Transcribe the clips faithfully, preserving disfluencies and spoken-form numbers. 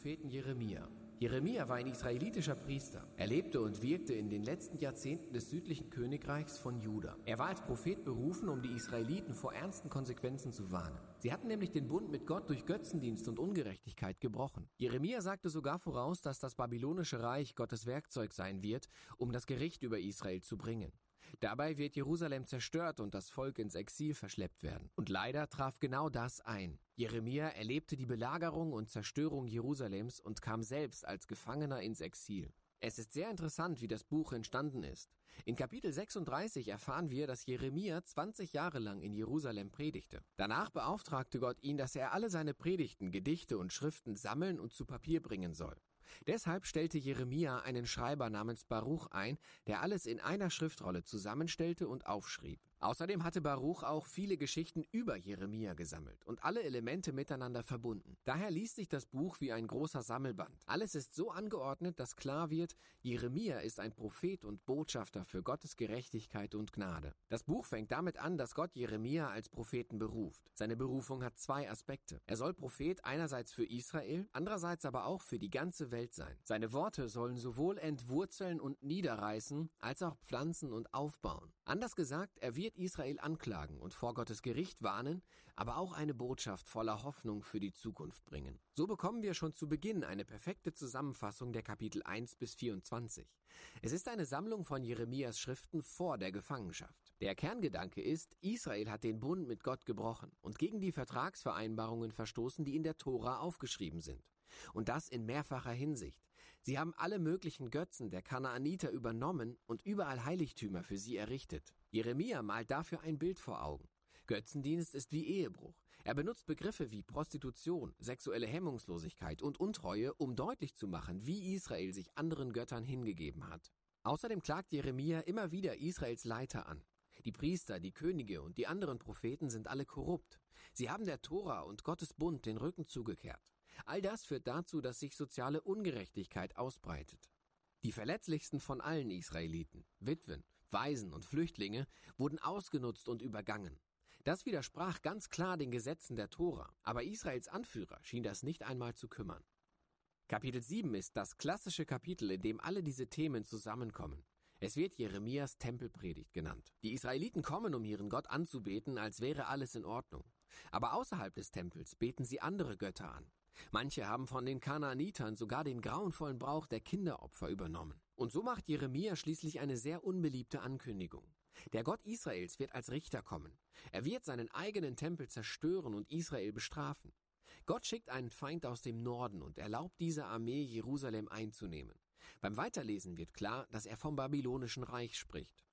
Propheten Jeremia. Jeremia war ein israelitischer Priester. Er lebte und wirkte in den letzten Jahrzehnten des südlichen Königreichs von Juda. Er war als Prophet berufen, um die Israeliten vor ernsten Konsequenzen zu warnen. Sie hatten nämlich den Bund mit Gott durch Götzendienst und Ungerechtigkeit gebrochen. Jeremia sagte sogar voraus, dass das babylonische Reich Gottes Werkzeug sein wird, um das Gericht über Israel zu bringen. Dabei wird Jerusalem zerstört und das Volk ins Exil verschleppt werden. Und leider traf genau das ein. Jeremia erlebte die Belagerung und Zerstörung Jerusalems und kam selbst als Gefangener ins Exil. Es ist sehr interessant, wie das Buch entstanden ist. In Kapitel sechsunddreißig erfahren wir, dass Jeremia zwanzig Jahre lang in Jerusalem predigte. Danach beauftragte Gott ihn, dass er alle seine Predigten, Gedichte und Schriften sammeln und zu Papier bringen soll. Deshalb stellte Jeremia einen Schreiber namens Baruch ein, der alles in einer Schriftrolle zusammenstellte und aufschrieb. Außerdem hatte Baruch auch viele Geschichten über Jeremia gesammelt und alle Elemente miteinander verbunden. Daher liest sich das Buch wie ein großer Sammelband. Alles ist so angeordnet, dass klar wird, Jeremia ist ein Prophet und Botschafter für Gottes Gerechtigkeit und Gnade. Das Buch fängt damit an, dass Gott Jeremia als Propheten beruft. Seine Berufung hat zwei Aspekte. Er soll Prophet einerseits für Israel, andererseits aber auch für die ganze Welt sein. Seine Worte sollen sowohl entwurzeln und niederreißen, als auch pflanzen und aufbauen. Anders gesagt, er wird Israel anklagen und vor Gottes Gericht warnen, aber auch eine Botschaft voller Hoffnung für die Zukunft bringen. So bekommen wir schon zu Beginn eine perfekte Zusammenfassung der Kapitel eins bis vierundzwanzig. Es ist eine Sammlung von Jeremias Schriften vor der Gefangenschaft. Der Kerngedanke ist, Israel hat den Bund mit Gott gebrochen und gegen die Vertragsvereinbarungen verstoßen, die in der Tora aufgeschrieben sind. Und das in mehrfacher Hinsicht. Sie haben alle möglichen Götzen der Kanaaniter übernommen und überall Heiligtümer für sie errichtet. Jeremia malt dafür ein Bild vor Augen. Götzendienst ist wie Ehebruch. Er benutzt Begriffe wie Prostitution, sexuelle Hemmungslosigkeit und Untreue, um deutlich zu machen, wie Israel sich anderen Göttern hingegeben hat. Außerdem klagt Jeremia immer wieder Israels Leiter an. Die Priester, die Könige und die anderen Propheten sind alle korrupt. Sie haben der Tora und Gottes Bund den Rücken zugekehrt. All das führt dazu, dass sich soziale Ungerechtigkeit ausbreitet. Die verletzlichsten von allen Israeliten, Witwen, Waisen und Flüchtlinge, wurden ausgenutzt und übergangen. Das widersprach ganz klar den Gesetzen der Tora, aber Israels Anführer schien das nicht einmal zu kümmern. Kapitel sieben ist das klassische Kapitel, in dem alle diese Themen zusammenkommen. Es wird Jeremias Tempelpredigt genannt. Die Israeliten kommen, um ihren Gott anzubeten, als wäre alles in Ordnung. Aber außerhalb des Tempels beten sie andere Götter an. Manche haben von den Kanaanitern sogar den grauenvollen Brauch der Kinderopfer übernommen. Und so macht Jeremia schließlich eine sehr unbeliebte Ankündigung. Der Gott Israels wird als Richter kommen. Er wird seinen eigenen Tempel zerstören und Israel bestrafen. Gott schickt einen Feind aus dem Norden und erlaubt dieser Armee, Jerusalem einzunehmen. Beim Weiterlesen wird klar, dass er vom babylonischen Reich spricht.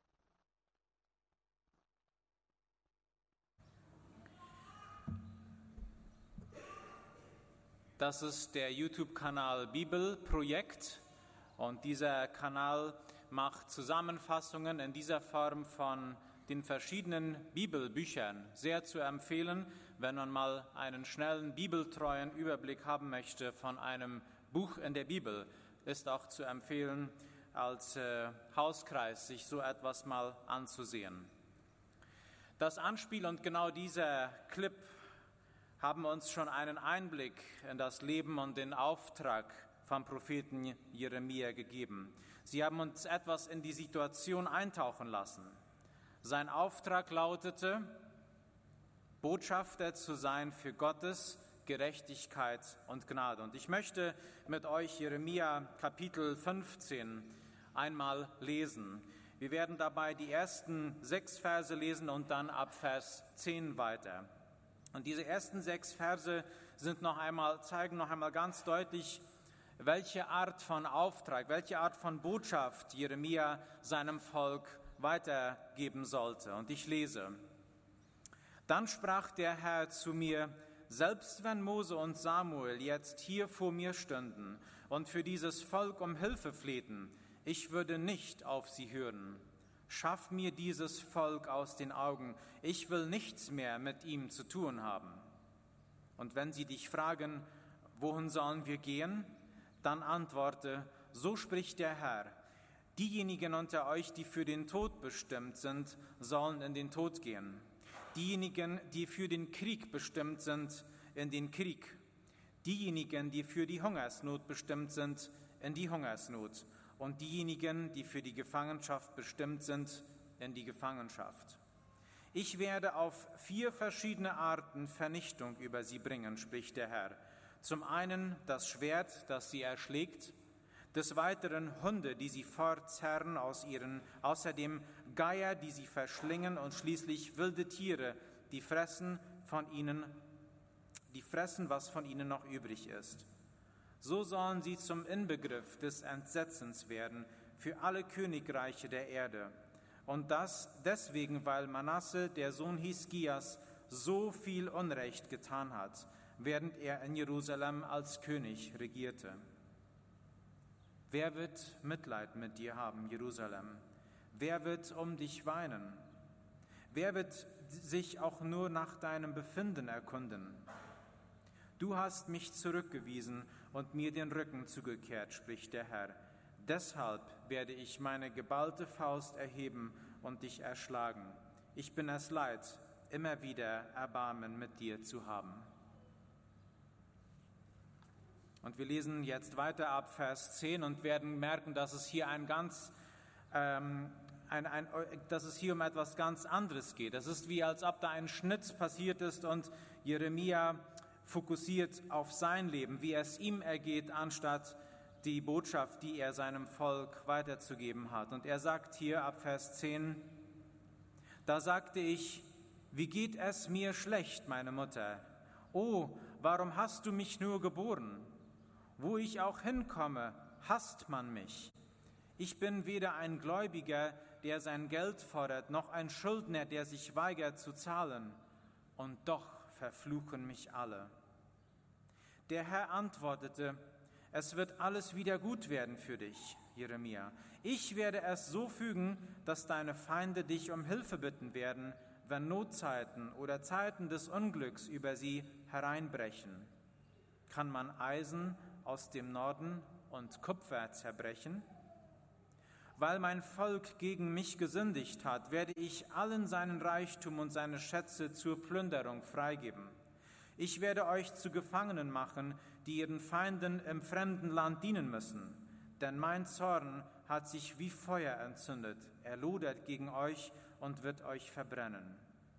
Das ist der YouTube-Kanal Bibelprojekt und dieser Kanal macht Zusammenfassungen in dieser Form von den verschiedenen Bibelbüchern. Sehr zu empfehlen, wenn man mal einen schnellen, bibeltreuen Überblick haben möchte von einem Buch in der Bibel. Ist auch zu empfehlen, als äh, Hauskreis sich so etwas mal anzusehen. Das Anspiel und genau dieser Clip haben uns schon einen Einblick in das Leben und den Auftrag vom Propheten Jeremia gegeben. Sie haben uns etwas in die Situation eintauchen lassen. Sein Auftrag lautete, Botschafter zu sein für Gottes Gerechtigkeit und Gnade. Und ich möchte mit euch Jeremia Kapitel fünfzehn einmal lesen. Wir werden dabei die ersten sechs Verse lesen und dann ab Vers zehn weiter. Und diese ersten sechs Verse sind noch einmal, zeigen noch einmal ganz deutlich, welche Art von Auftrag, welche Art von Botschaft Jeremia seinem Volk weitergeben sollte. Und ich lese: Dann sprach der Herr zu mir: Selbst wenn Mose und Samuel jetzt hier vor mir stünden und für dieses Volk um Hilfe flehten, ich würde nicht auf sie hören. Schaff mir dieses Volk aus den Augen, ich will nichts mehr mit ihm zu tun haben. Und wenn sie dich fragen, wohin sollen wir gehen? Dann antworte, so spricht der Herr, diejenigen unter euch, die für den Tod bestimmt sind, sollen in den Tod gehen. Diejenigen, die für den Krieg bestimmt sind, in den Krieg. diejenigen, die für die Hungersnot bestimmt sind, in die Hungersnot und diejenigen, die für die Gefangenschaft bestimmt sind, in die Gefangenschaft. Ich werde auf vier verschiedene Arten Vernichtung über sie bringen, spricht der Herr. Zum einen das Schwert, das sie erschlägt, des Weiteren Hunde, die sie fortzerren aus ihren, außerdem Geier, die sie verschlingen und schließlich wilde Tiere, die fressen von ihnen, die fressen, was von ihnen noch übrig ist. So sollen sie zum Inbegriff des Entsetzens werden für alle Königreiche der Erde. Und das deswegen, weil Manasse, der Sohn Hiskias, so viel Unrecht getan hat, während er in Jerusalem als König regierte. Wer wird Mitleid mit dir haben, Jerusalem? Wer wird um dich weinen? Wer wird sich auch nur nach deinem Befinden erkunden? Du hast mich zurückgewiesen und mir den Rücken zugekehrt, spricht der Herr. Deshalb werde ich meine geballte Faust erheben und dich erschlagen. Ich bin es leid, immer wieder Erbarmen mit dir zu haben. Und wir lesen jetzt weiter ab Vers zehn und werden merken, dass es hier ein ganz, ähm, ein, ein, dass es hier um etwas ganz anderes geht. Es ist wie, als ob da ein Schnitt passiert ist und Jeremia fokussiert auf sein Leben, wie es ihm ergeht, anstatt die Botschaft, die er seinem Volk weiterzugeben hat. Und er sagt hier ab Vers zehn, da sagte ich, wie geht es mir schlecht, meine Mutter? Oh, warum hast du mich nur geboren? Wo ich auch hinkomme, hasst man mich. Ich bin weder ein Gläubiger, der sein Geld fordert, noch ein Schuldner, der sich weigert zu zahlen. Und doch verfluchen mich alle. Der Herr antwortete, es wird alles wieder gut werden für dich, Jeremia. Ich werde es so fügen, dass deine Feinde dich um Hilfe bitten werden, wenn Notzeiten oder Zeiten des Unglücks über sie hereinbrechen. Kann man Eisen aus dem Norden und Kupfer zerbrechen? Weil mein Volk gegen mich gesündigt hat, werde ich allen seinen Reichtum und seine Schätze zur Plünderung freigeben. Ich werde euch zu Gefangenen machen, die ihren Feinden im fremden Land dienen müssen. Denn mein Zorn hat sich wie Feuer entzündet. Er lodert gegen euch und wird euch verbrennen.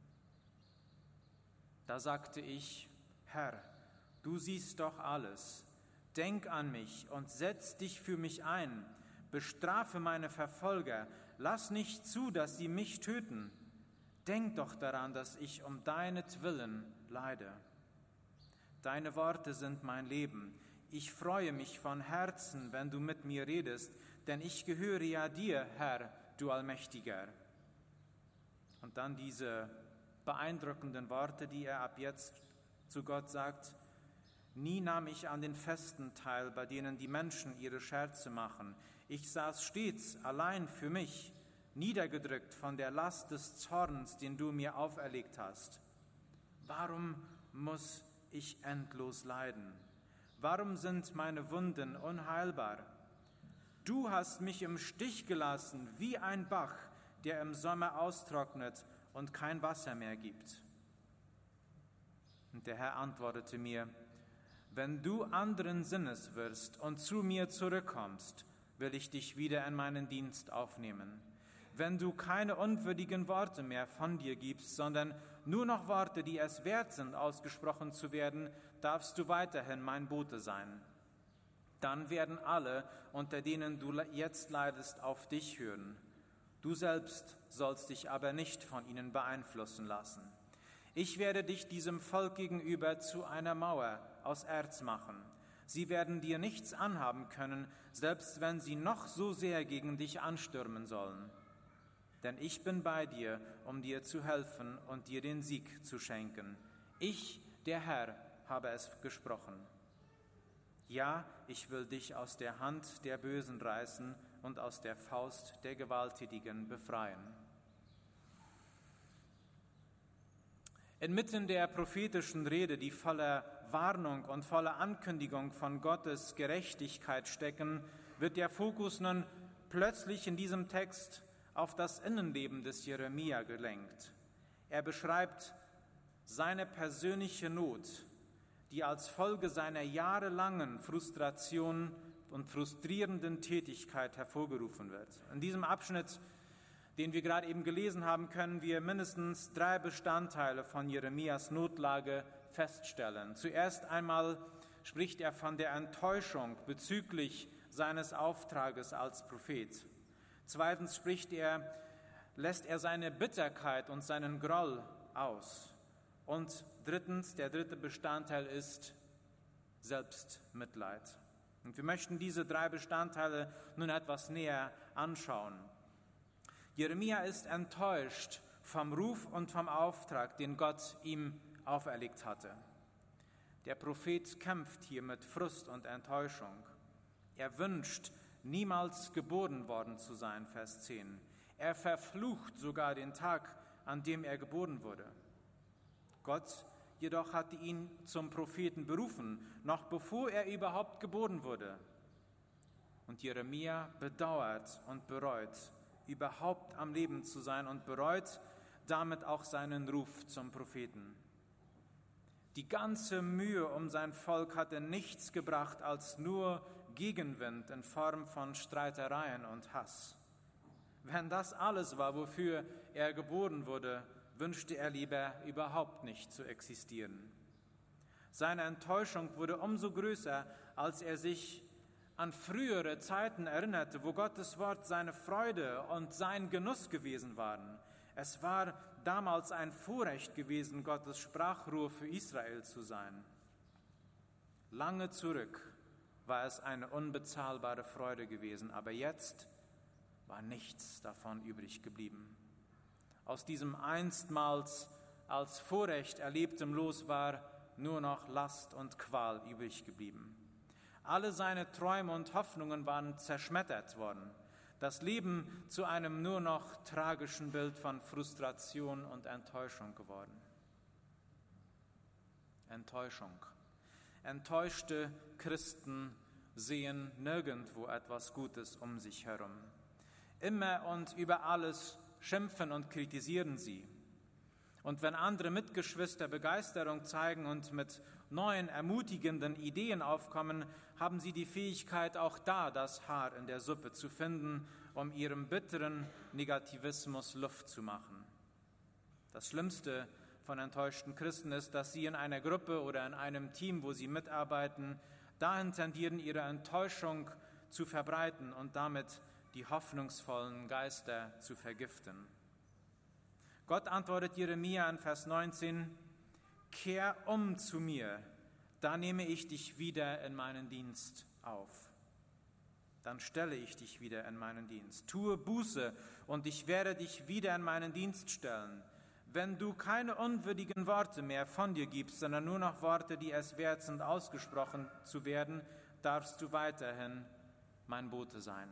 Da sagte ich, Herr, du siehst doch alles. Denk an mich und setz dich für mich ein. Bestrafe meine Verfolger. Lass nicht zu, dass sie mich töten. Denk doch daran, dass ich um deinetwillen leide. Deine Worte sind mein Leben. Ich freue mich von Herzen, wenn du mit mir redest, denn ich gehöre ja dir, Herr, du Allmächtiger. Und dann diese beeindruckenden Worte, die er ab jetzt zu Gott sagt. Nie nahm ich an den Festen teil, bei denen die Menschen ihre Scherze machen. Ich saß stets allein für mich, niedergedrückt von der Last des Zorns, den du mir auferlegt hast. Warum muss ich endlos leiden? Warum sind meine Wunden unheilbar? Du hast mich im Stich gelassen wie ein Bach, der im Sommer austrocknet und kein Wasser mehr gibt. Und der Herr antwortete mir, wenn du anderen Sinnes wirst und zu mir zurückkommst, will ich dich wieder in meinen Dienst aufnehmen. Wenn du keine unwürdigen Worte mehr von dir gibst, sondern nur noch Worte, die es wert sind, ausgesprochen zu werden, darfst du weiterhin mein Bote sein. Dann werden alle, unter denen du jetzt leidest, auf dich hören. Du selbst sollst dich aber nicht von ihnen beeinflussen lassen. Ich werde dich diesem Volk gegenüber zu einer Mauer aus Erz machen. Sie werden dir nichts anhaben können, selbst wenn sie noch so sehr gegen dich anstürmen sollen. Denn ich bin bei dir, um dir zu helfen und dir den Sieg zu schenken. Ich, der Herr, habe es gesprochen. Ja, ich will dich aus der Hand der Bösen reißen und aus der Faust der Gewalttätigen befreien. Inmitten der prophetischen Rede, die voller Warnung und voller Ankündigung von Gottes Gerechtigkeit stecken, wird der Fokus nun plötzlich in diesem Text auf das Innenleben des Jeremia gelenkt. Er beschreibt seine persönliche Not, die als Folge seiner jahrelangen Frustration und frustrierenden Tätigkeit hervorgerufen wird. In diesem Abschnitt, den wir gerade eben gelesen haben, können wir mindestens drei Bestandteile von Jeremias Notlage feststellen. Zuerst einmal spricht er von der Enttäuschung bezüglich seines Auftrages als Prophet. Zweitens spricht er, lässt er seine Bitterkeit und seinen Groll aus. Und drittens, der dritte Bestandteil ist Selbstmitleid. Und wir möchten diese drei Bestandteile nun etwas näher anschauen. Jeremia ist enttäuscht vom Ruf und vom Auftrag, den Gott ihm auferlegt hatte. Der Prophet kämpft hier mit Frust und Enttäuschung. Er wünscht, niemals geboren worden zu sein, Vers zehn. Er verflucht sogar den Tag, an dem er geboren wurde. Gott jedoch hatte ihn zum Propheten berufen, noch bevor er überhaupt geboren wurde. Und Jeremia bedauert und bereut, überhaupt am Leben zu sein und bereut damit auch seinen Ruf zum Propheten. Die ganze Mühe um sein Volk hatte nichts gebracht als nur Gegenwind in Form von Streitereien und Hass. Wenn das alles war, wofür er geboren wurde, wünschte er lieber überhaupt nicht zu existieren. Seine Enttäuschung wurde umso größer, als er sich an frühere Zeiten erinnerte, wo Gottes Wort seine Freude und sein Genuss gewesen waren. Es war damals ein Vorrecht gewesen, Gottes Sprachrohr für Israel zu sein. Lange zurück war es eine unbezahlbare Freude gewesen, aber jetzt war nichts davon übrig geblieben. Aus diesem einstmals als Vorrecht erlebtem Los war nur noch Last und Qual übrig geblieben. Alle seine Träume und Hoffnungen waren zerschmettert worden. Das Leben zu einem nur noch tragischen Bild von Frustration und Enttäuschung geworden. Enttäuschung. Enttäuschte Christen sehen nirgendwo etwas Gutes um sich herum. Immer und über alles schimpfen und kritisieren sie. Und wenn andere Mitgeschwister Begeisterung zeigen und mit neuen, ermutigenden Ideen aufkommen, haben sie die Fähigkeit, auch da das Haar in der Suppe zu finden, um ihrem bitteren Negativismus Luft zu machen. Das Schlimmste von enttäuschten Christen ist, dass sie in einer Gruppe oder in einem Team, wo sie mitarbeiten, dahin tendieren, ihre Enttäuschung zu verbreiten und damit die hoffnungsvollen Geister zu vergiften. Gott antwortet Jeremia in Vers neunzehn, kehr um zu mir, da nehme ich dich wieder in meinen Dienst auf. Dann stelle ich dich wieder in meinen Dienst. Tue Buße und ich werde dich wieder in meinen Dienst stellen. Wenn du keine unwürdigen Worte mehr von dir gibst, sondern nur noch Worte, die es wert sind, ausgesprochen zu werden, darfst du weiterhin mein Bote sein.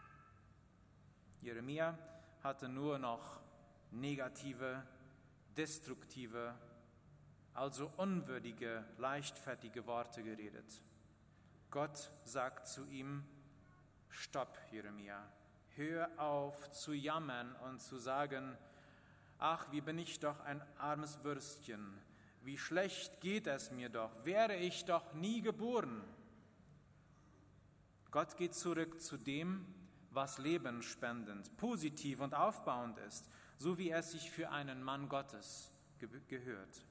Jeremia hatte nur noch negative, destruktive, also unwürdige, leichtfertige Worte geredet. Gott sagt zu ihm, stopp, Jeremia, hör auf zu jammern und zu sagen, ach, wie bin ich doch ein armes Würstchen, wie schlecht geht es mir doch, wäre ich doch nie geboren. Gott geht zurück zu dem, was lebenspendend, positiv und aufbauend ist, so wie es sich für einen Mann Gottes ge- gehört.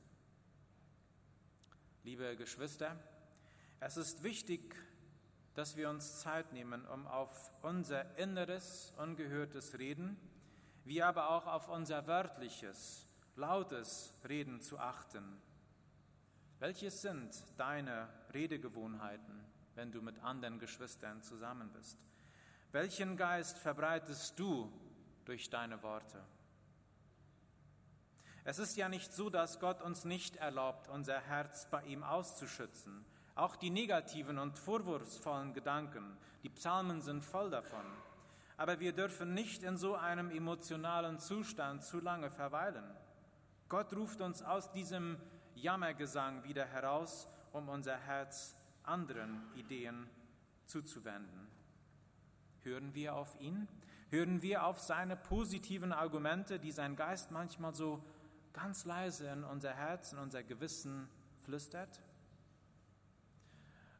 Liebe Geschwister, es ist wichtig, dass wir uns Zeit nehmen, um auf unser inneres, ungehörtes Reden, wie aber auch auf unser wörtliches, lautes Reden zu achten. Welches sind deine Redegewohnheiten, wenn du mit anderen Geschwistern zusammen bist? Welchen Geist verbreitest du durch deine Worte? Es ist ja nicht so, dass Gott uns nicht erlaubt, unser Herz bei ihm auszuschützen. Auch die negativen und vorwurfsvollen Gedanken, die Psalmen sind voll davon. Aber wir dürfen nicht in so einem emotionalen Zustand zu lange verweilen. Gott ruft uns aus diesem Jammergesang wieder heraus, um unser Herz anderen Ideen zuzuwenden. Hören wir auf ihn? Hören wir auf seine positiven Argumente, die sein Geist manchmal so ganz leise in unser Herz, in unser Gewissen flüstert?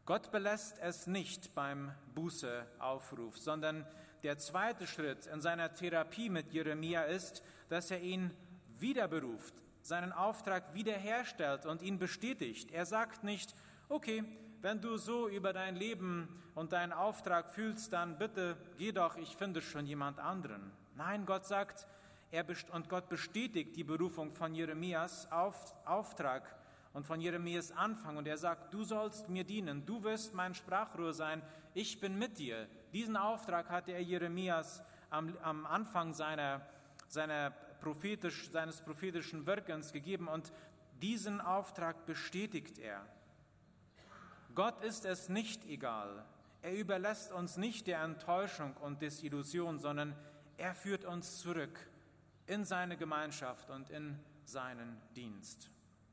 Gott belässt es nicht beim Bußeaufruf, sondern der zweite Schritt in seiner Therapie mit Jeremia ist, dass er ihn wieder beruft, seinen Auftrag wiederherstellt und ihn bestätigt. Er sagt nicht, okay, wenn du so über dein Leben und deinen Auftrag fühlst, dann bitte geh doch, ich finde schon jemand anderen. Nein, Gott sagt, er best- und Gott bestätigt die Berufung von Jeremias Auf- Auftrag und von Jeremias Anfang. Und er sagt, du sollst mir dienen, du wirst mein Sprachrohr sein, ich bin mit dir. Diesen Auftrag hatte er Jeremias am, am Anfang seiner, seiner prophetisch, seines prophetischen Wirkens gegeben und diesen Auftrag bestätigt er. Gott ist es nicht egal. Er überlässt uns nicht der Enttäuschung und Desillusion, sondern er führt uns zurück in seine Gemeinschaft und in seinen Dienst.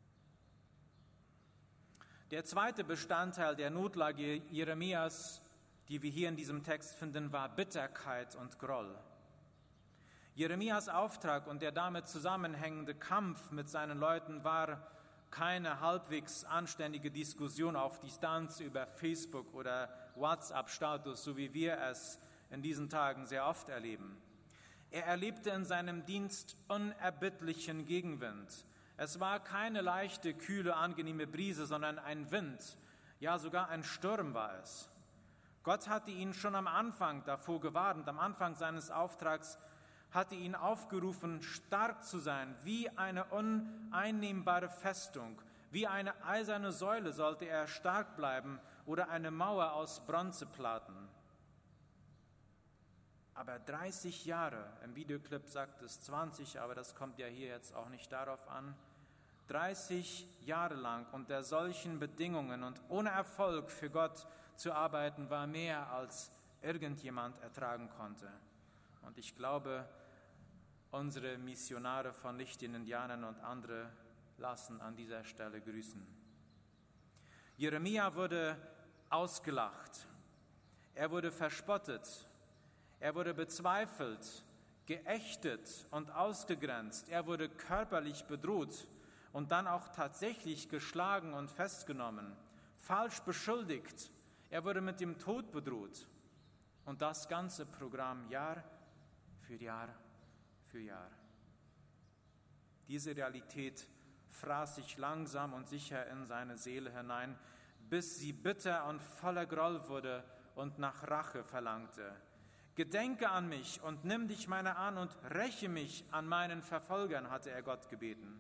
Der zweite Bestandteil der Notlage Jeremias, die wir hier in diesem Text finden, war Bitterkeit und Groll. Jeremias Auftrag und der damit zusammenhängende Kampf mit seinen Leuten war keine halbwegs anständige Diskussion auf Distanz über Facebook oder WhatsApp-Status, so wie wir es in diesen Tagen sehr oft erleben. Er erlebte in seinem Dienst unerbittlichen Gegenwind. Es war keine leichte, kühle, angenehme Brise, sondern ein Wind, ja sogar ein Sturm war es. Gott hatte ihn schon am Anfang davor gewarnt, am Anfang seines Auftrags hatte ihn aufgerufen, stark zu sein, wie eine uneinnehmbare Festung, wie eine eiserne Säule sollte er stark bleiben oder eine Mauer aus Bronzeplatten. Aber dreißig Jahre, im Videoclip sagt es zwanzig, aber das kommt ja hier jetzt auch nicht darauf an, dreißig Jahre lang unter solchen Bedingungen und ohne Erfolg für Gott zu arbeiten, war mehr, als irgendjemand ertragen konnte. Und ich glaube, unsere Missionare von Licht in Indianern und andere lassen an dieser Stelle grüßen. Jeremia wurde ausgelacht, er wurde verspottet, er wurde bezweifelt, geächtet und ausgegrenzt, er wurde körperlich bedroht und dann auch tatsächlich geschlagen und festgenommen, falsch beschuldigt, er wurde mit dem Tod bedroht. Und das ganze Programm Jahr für Jahr für Jahr. Diese Realität fraß sich langsam und sicher in seine Seele hinein, bis sie bitter und voller Groll wurde und nach Rache verlangte. Gedenke an mich und nimm dich meiner an und räche mich an meinen Verfolgern, hatte er Gott gebeten.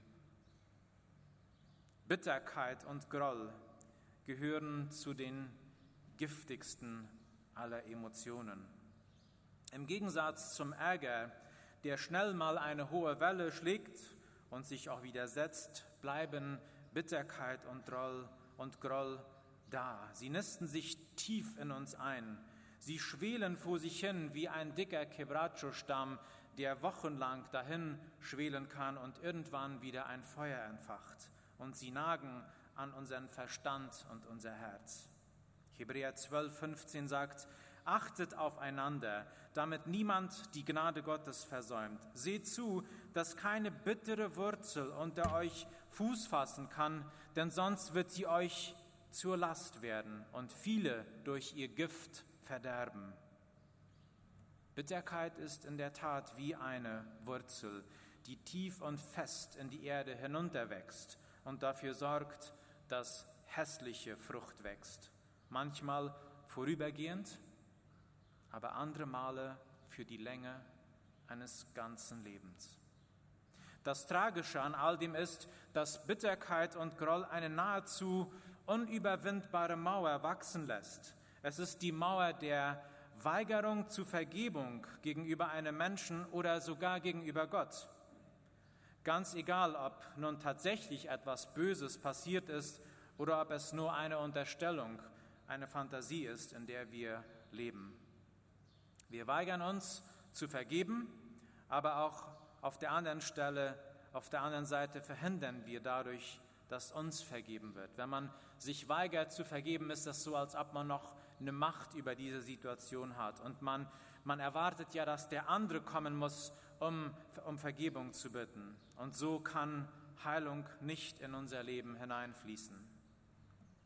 Bitterkeit und Groll gehören zu den giftigsten aller Emotionen. Im Gegensatz zum Ärger, der schnell mal eine hohe Welle schlägt und sich auch wieder setzt, bleiben Bitterkeit und Groll, und Groll da. Sie nisten sich tief in uns ein. Sie schwelen vor sich hin wie ein dicker Quebracho-Stamm, der wochenlang dahin schwelen kann und irgendwann wieder ein Feuer entfacht. Und sie nagen an unseren Verstand und unser Herz. Hebräer zwölf, fünfzehn sagt, achtet aufeinander, damit niemand die Gnade Gottes versäumt. Seht zu, dass keine bittere Wurzel unter euch Fuß fassen kann, denn sonst wird sie euch zur Last werden und viele durch ihr Gift verderben. Bitterkeit ist in der Tat wie eine Wurzel, die tief und fest in die Erde hinunterwächst und dafür sorgt, dass hässliche Frucht wächst. Manchmal vorübergehend, aber andere Male für die Länge eines ganzen Lebens. Das Tragische an all dem ist, dass Bitterkeit und Groll eine nahezu unüberwindbare Mauer wachsen lässt. Es ist die Mauer der Weigerung zu Vergebung gegenüber einem Menschen oder sogar gegenüber Gott. Ganz egal, ob nun tatsächlich etwas Böses passiert ist oder ob es nur eine Unterstellung, eine Fantasie ist, in der wir leben. Wir weigern uns zu vergeben, aber auch auf der anderen Stelle, auf der anderen Seite verhindern wir dadurch, dass uns vergeben wird. Wenn man sich weigert zu vergeben, ist das so, als ob man noch eine Macht über diese Situation hat. Und man, man erwartet ja, dass der andere kommen muss, um, um Vergebung zu bitten. Und so kann Heilung nicht in unser Leben hineinfließen.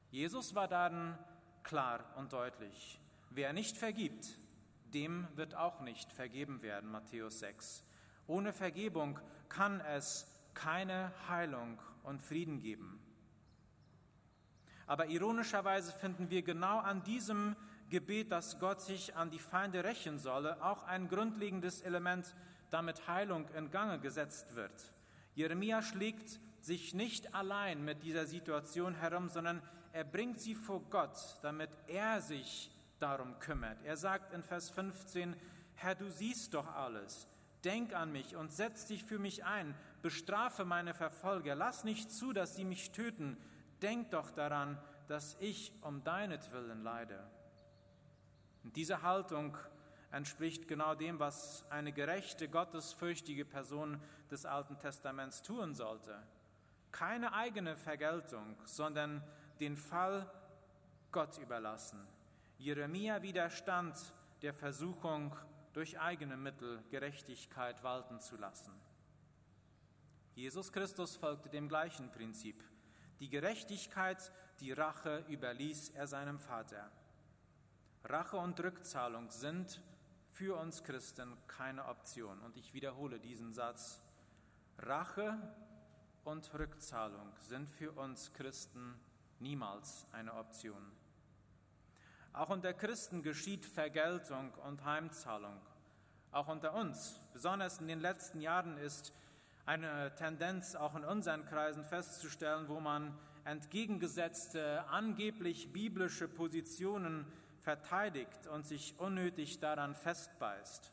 Jesus war darin klar und deutlich. Wer nicht vergibt, dem wird auch nicht vergeben werden, Matthäus sechs. Ohne Vergebung kann es keine Heilung und Frieden geben. Aber ironischerweise finden wir genau an diesem Gebet, dass Gott sich an die Feinde rächen solle, auch ein grundlegendes Element, damit Heilung in Gange gesetzt wird. Jeremia schlägt sich nicht allein mit dieser Situation herum, sondern er bringt sie vor Gott, damit er sich darum kümmert. Er sagt in Vers fünfzehn, Herr, du siehst doch alles. Denk an mich und setz dich für mich ein. Bestrafe meine Verfolger. Lass nicht zu, dass sie mich töten. Denk doch daran, dass ich um deinetwillen leide. Und diese Haltung entspricht genau dem, was eine gerechte, gottesfürchtige Person des Alten Testaments tun sollte. Keine eigene Vergeltung, sondern den Fall Gott überlassen. Jeremia widerstand der Versuchung, durch eigene Mittel Gerechtigkeit walten zu lassen. Jesus Christus folgte dem gleichen Prinzip. Die Gerechtigkeit, die Rache überließ er seinem Vater. Rache und Rückzahlung sind für uns Christen keine Option. Und ich wiederhole diesen Satz. Rache und Rückzahlung sind für uns Christen niemals eine Option. Auch unter Christen geschieht Vergeltung und Heimzahlung. Auch unter uns, besonders in den letzten Jahren, ist eine Tendenz auch in unseren Kreisen festzustellen, wo man entgegengesetzte, angeblich biblische Positionen verteidigt und sich unnötig daran festbeißt.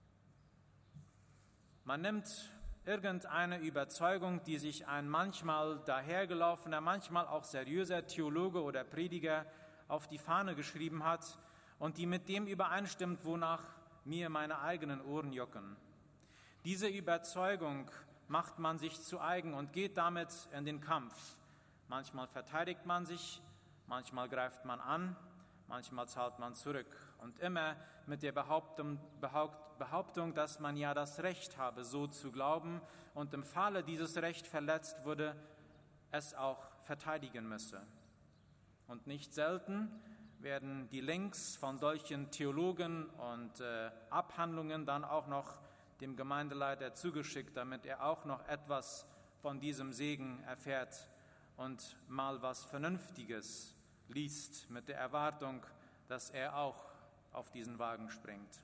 Man nimmt irgendeine Überzeugung, die sich ein manchmal dahergelaufener, manchmal auch seriöser Theologe oder Prediger auf die Fahne geschrieben hat und die mit dem übereinstimmt, wonach mir meine eigenen Ohren jucken. Diese Überzeugung macht man sich zu eigen und geht damit in den Kampf. Manchmal verteidigt man sich, manchmal greift man an, manchmal zahlt man zurück. Und immer mit der Behauptung, Behauptung, dass man ja das Recht habe, so zu glauben und im Falle dieses Recht verletzt wurde, es auch verteidigen müsse. Und nicht selten werden die Links von solchen Theologen und äh, Abhandlungen dann auch noch dem Gemeindeleiter zugeschickt, damit er auch noch etwas von diesem Segen erfährt und mal was Vernünftiges liest, mit der Erwartung, dass er auch auf diesen Wagen springt.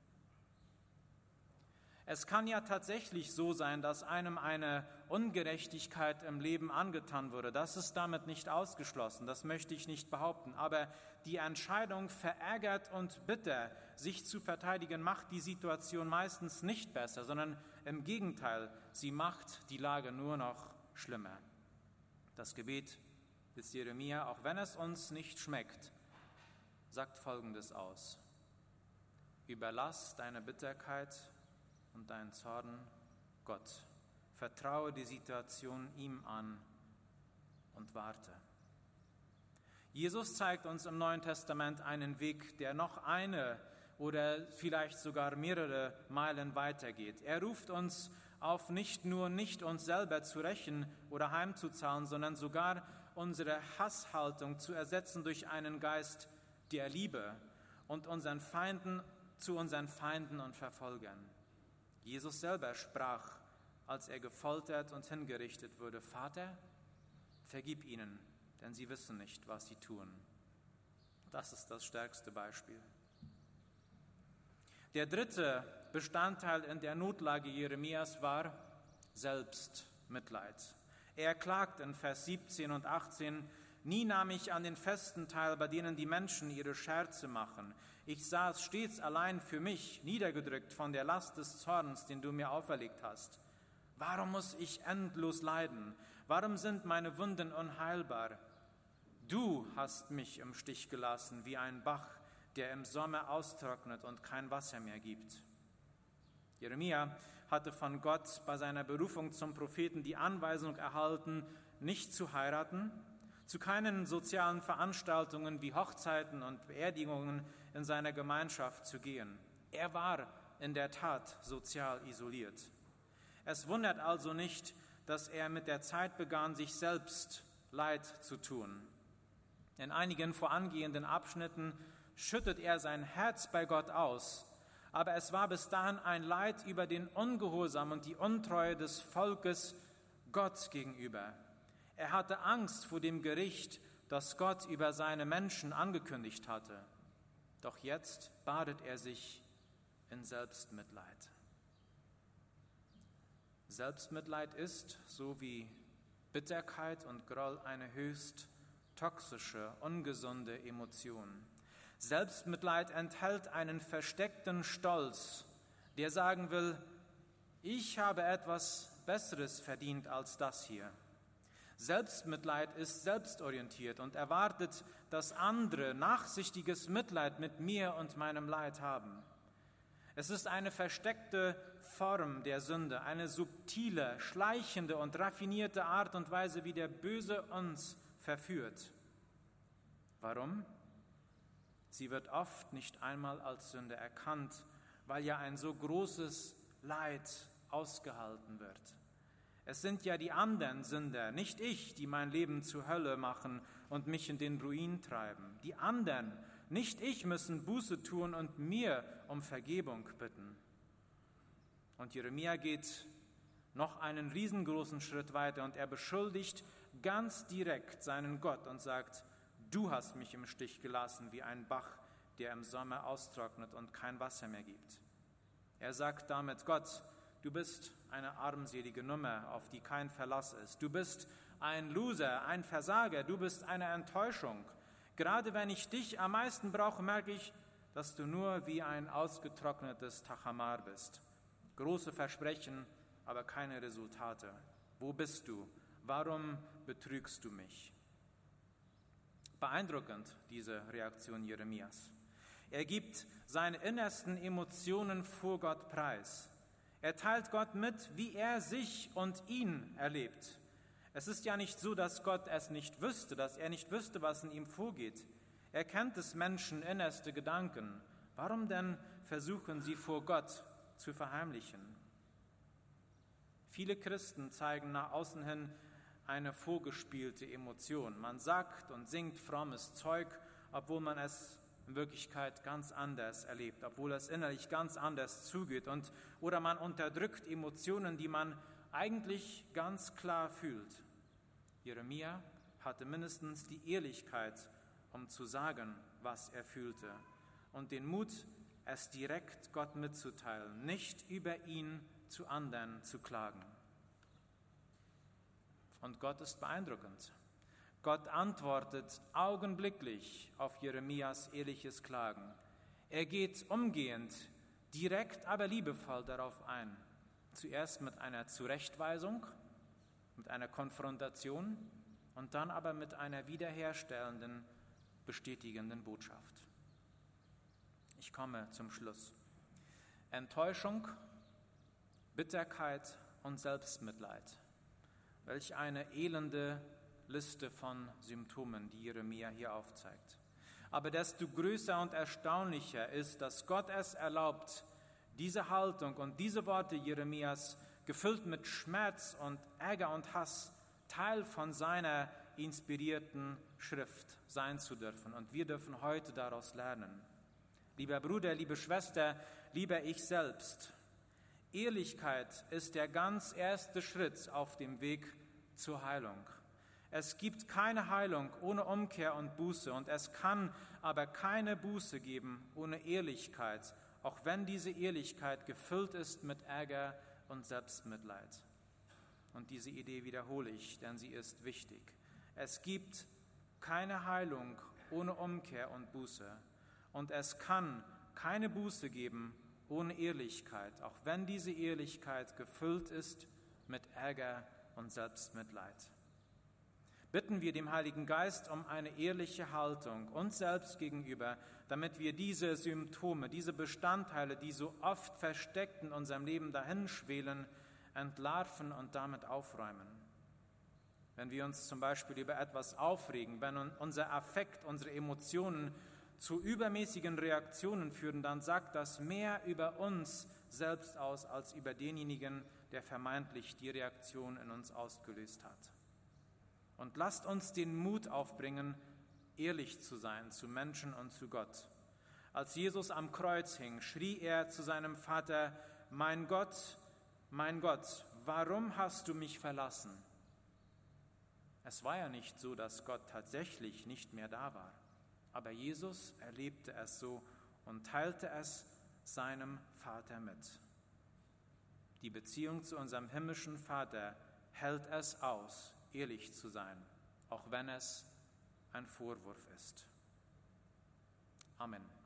Es kann ja tatsächlich so sein, dass einem eine Ungerechtigkeit im Leben angetan wurde. Das ist damit nicht ausgeschlossen, das möchte ich nicht behaupten. Aber die Entscheidung, verärgert und bitter sich zu verteidigen, macht die Situation meistens nicht besser, sondern im Gegenteil, sie macht die Lage nur noch schlimmer. Das Gebet des Jeremia, auch wenn es uns nicht schmeckt, sagt Folgendes aus: Überlass deine Bitterkeit und deinen Zorn Gott. Vertraue die Situation ihm an und warte. Jesus zeigt uns im Neuen Testament einen Weg, der noch eine oder vielleicht sogar mehrere Meilen weitergeht. Er ruft uns auf, nicht nur nicht uns selber zu rächen oder heimzuzahlen, sondern sogar unsere Hasshaltung zu ersetzen durch einen Geist der Liebe und unseren Feinden zu unseren Feinden und Verfolgern. Jesus selber sprach, als er gefoltert und hingerichtet wurde: Vater, vergib ihnen, denn sie wissen nicht, was sie tun. Das ist das stärkste Beispiel. Der dritte Bestandteil in der Notlage Jeremias war Selbstmitleid. Er klagt in Vers siebzehn und achtzehn: Nie nahm ich an den Festen teil, bei denen die Menschen ihre Scherze machen. Ich saß stets allein für mich, niedergedrückt von der Last des Zorns, den du mir auferlegt hast. Warum muss ich endlos leiden? Warum sind meine Wunden unheilbar? Du hast mich im Stich gelassen, wie ein Bach, der im Sommer austrocknet und kein Wasser mehr gibt. Jeremia hatte von Gott bei seiner Berufung zum Propheten die Anweisung erhalten, nicht zu heiraten, zu keinen sozialen Veranstaltungen wie Hochzeiten und Beerdigungen in seiner Gemeinschaft zu gehen. Er war in der Tat sozial isoliert. Es wundert also nicht, dass er mit der Zeit begann, sich selbst Leid zu tun. In einigen vorangehenden Abschnitten schüttet er sein Herz bei Gott aus, aber es war bis dahin ein Leid über den Ungehorsam und die Untreue des Volkes Gott gegenüber. Er hatte Angst vor dem Gericht, das Gott über seine Menschen angekündigt hatte. Doch jetzt badet er sich in Selbstmitleid. Selbstmitleid ist, so wie Bitterkeit und Groll, eine höchst toxische, ungesunde Emotion. Selbstmitleid enthält einen versteckten Stolz, der sagen will, ich habe etwas Besseres verdient als das hier. Selbstmitleid ist selbstorientiert und erwartet, dass andere nachsichtiges Mitleid mit mir und meinem Leid haben. Es ist eine versteckte Form der Sünde, eine subtile, schleichende und raffinierte Art und Weise, wie der Böse uns verführt. Warum? Sie wird oft nicht einmal als Sünde erkannt, weil ja ein so großes Leid ausgehalten wird. Es sind ja die anderen Sünder, nicht ich, die mein Leben zur Hölle machen und mich in den Ruin treiben. Die anderen, nicht ich, müssen Buße tun und mir um Vergebung bitten. Und Jeremia geht noch einen riesengroßen Schritt weiter und er beschuldigt ganz direkt seinen Gott und sagt, du hast mich im Stich gelassen wie ein Bach, der im Sommer austrocknet und kein Wasser mehr gibt. Er sagt damit, Gott, du bist eine armselige Nummer, auf die kein Verlass ist. Du bist ein Loser, ein Versager, du bist eine Enttäuschung. Gerade wenn ich dich am meisten brauche, merke ich, dass du nur wie ein ausgetrocknetes Tachamar bist. Große Versprechen, aber keine Resultate. Wo bist du? Warum betrügst du mich? Beeindruckend, diese Reaktion Jeremias. Er gibt seine innersten Emotionen vor Gott preis. Er teilt Gott mit, wie er sich und ihn erlebt. Es ist ja nicht so, dass Gott es nicht wüsste, dass er nicht wüsste, was in ihm vorgeht. Er kennt des Menschen innerste Gedanken. Warum denn versuchen sie vor Gott zu verheimlichen? Viele Christen zeigen nach außen hin eine vorgespielte Emotion. Man sagt und singt frommes Zeug, obwohl man es in Wirklichkeit ganz anders erlebt, obwohl es innerlich ganz anders zugeht. Und, oder man unterdrückt Emotionen, die man eigentlich ganz klar fühlt. Jeremia hatte mindestens die Ehrlichkeit, um zu sagen, was er fühlte, und den Mut, es direkt Gott mitzuteilen, nicht über ihn zu anderen zu klagen. Und Gott ist beeindruckend. Gott antwortet augenblicklich auf Jeremias ehrliches Klagen. Er geht umgehend, direkt, aber liebevoll darauf ein. Zuerst mit einer Zurechtweisung, mit einer Konfrontation und dann aber mit einer wiederherstellenden, bestätigenden Botschaft. Ich komme zum Schluss. Enttäuschung, Bitterkeit und Selbstmitleid. Welch eine elende Liste von Symptomen, die Jeremia hier aufzeigt. Aber desto größer und erstaunlicher ist, dass Gott es erlaubt, diese Haltung und diese Worte Jeremias, gefüllt mit Schmerz und Ärger und Hass, Teil von seiner inspirierten Schrift sein zu dürfen. Und wir dürfen heute daraus lernen. Lieber Bruder, liebe Schwester, lieber ich selbst, Ehrlichkeit ist der ganz erste Schritt auf dem Weg zur Heilung. Es gibt keine Heilung ohne Umkehr und Buße und es kann aber keine Buße geben ohne Ehrlichkeit, auch wenn diese Ehrlichkeit gefüllt ist mit Ärger und Selbstmitleid. Und diese Idee wiederhole ich, denn sie ist wichtig. Es gibt keine Heilung ohne Umkehr und Buße und es kann keine Buße geben ohne Ehrlichkeit, auch wenn diese Ehrlichkeit gefüllt ist mit Ärger und Selbstmitleid. Bitten wir dem Heiligen Geist um eine ehrliche Haltung uns selbst gegenüber, damit wir diese Symptome, diese Bestandteile, die so oft versteckt in unserem Leben dahinschwelen, entlarven und damit aufräumen. Wenn wir uns zum Beispiel über etwas aufregen, wenn unser Affekt, unsere Emotionen zu übermäßigen Reaktionen führen, dann sagt das mehr über uns selbst aus, als über denjenigen, der vermeintlich die Reaktion in uns ausgelöst hat. Und lasst uns den Mut aufbringen, ehrlich zu sein zu Menschen und zu Gott. Als Jesus am Kreuz hing, schrie er zu seinem Vater: Mein Gott, mein Gott, warum hast du mich verlassen? Es war ja nicht so, dass Gott tatsächlich nicht mehr da war. Aber Jesus erlebte es so und teilte es seinem Vater mit. Die Beziehung zu unserem himmlischen Vater hält es aus, ehrlich zu sein, auch wenn es ein Vorwurf ist. Amen.